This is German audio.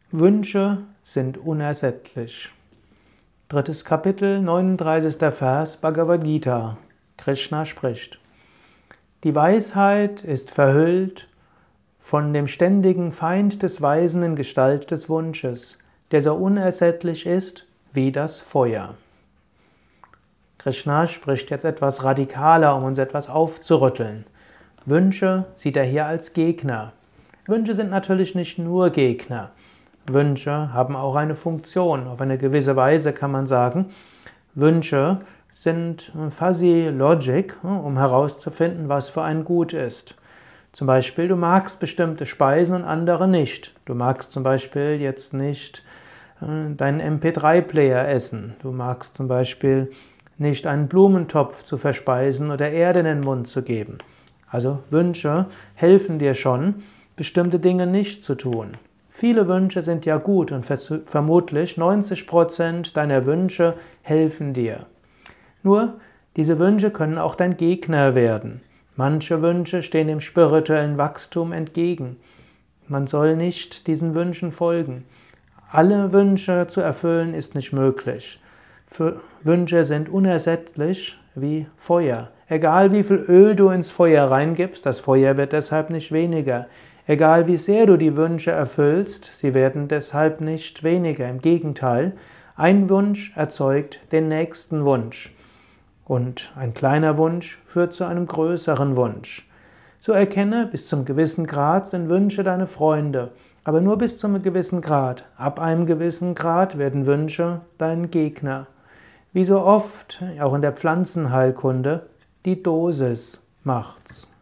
Wünsche sind unersättlich. Drittes Kapitel, 39. Vers Bhagavad Gita. Krishna spricht: Die Weisheit ist verhüllt von dem ständigen Feind des Weisen in Gestalt des Wunsches, der so unersättlich ist wie das Feuer. Krishna spricht jetzt etwas radikaler, um uns etwas aufzurütteln. Wünsche sieht er hier als Gegner. Wünsche sind natürlich nicht nur Gegner. Wünsche haben auch eine Funktion. Auf eine gewisse Weise kann man sagen, Wünsche sind fuzzy logic, um herauszufinden, was für ein Gut ist. Zum Beispiel, du magst bestimmte Speisen und andere nicht. Du magst zum Beispiel jetzt nicht deinen MP3-Player essen. Du magst zum Beispiel nicht einen Blumentopf zu verspeisen oder Erde in den Mund zu geben. Also Wünsche helfen dir schon, bestimmte Dinge nicht zu tun. Viele Wünsche sind ja gut und vermutlich 90% deiner Wünsche helfen dir. Nur, diese Wünsche können auch dein Gegner werden. Manche Wünsche stehen dem spirituellen Wachstum entgegen. Man soll nicht diesen Wünschen folgen. Alle Wünsche zu erfüllen ist nicht möglich. Wünsche sind unersättlich wie Feuer. Egal wie viel Öl du ins Feuer reingibst, das Feuer wird deshalb nicht weniger. Egal wie sehr du die Wünsche erfüllst, sie werden deshalb nicht weniger. Im Gegenteil, ein Wunsch erzeugt den nächsten Wunsch. Und ein kleiner Wunsch führt zu einem größeren Wunsch. So erkenne, bis zum gewissen Grad sind Wünsche deine Freunde, aber nur bis zum gewissen Grad. Ab einem gewissen Grad werden Wünsche dein Gegner. Wie so oft, auch in der Pflanzenheilkunde, die Dosis macht's.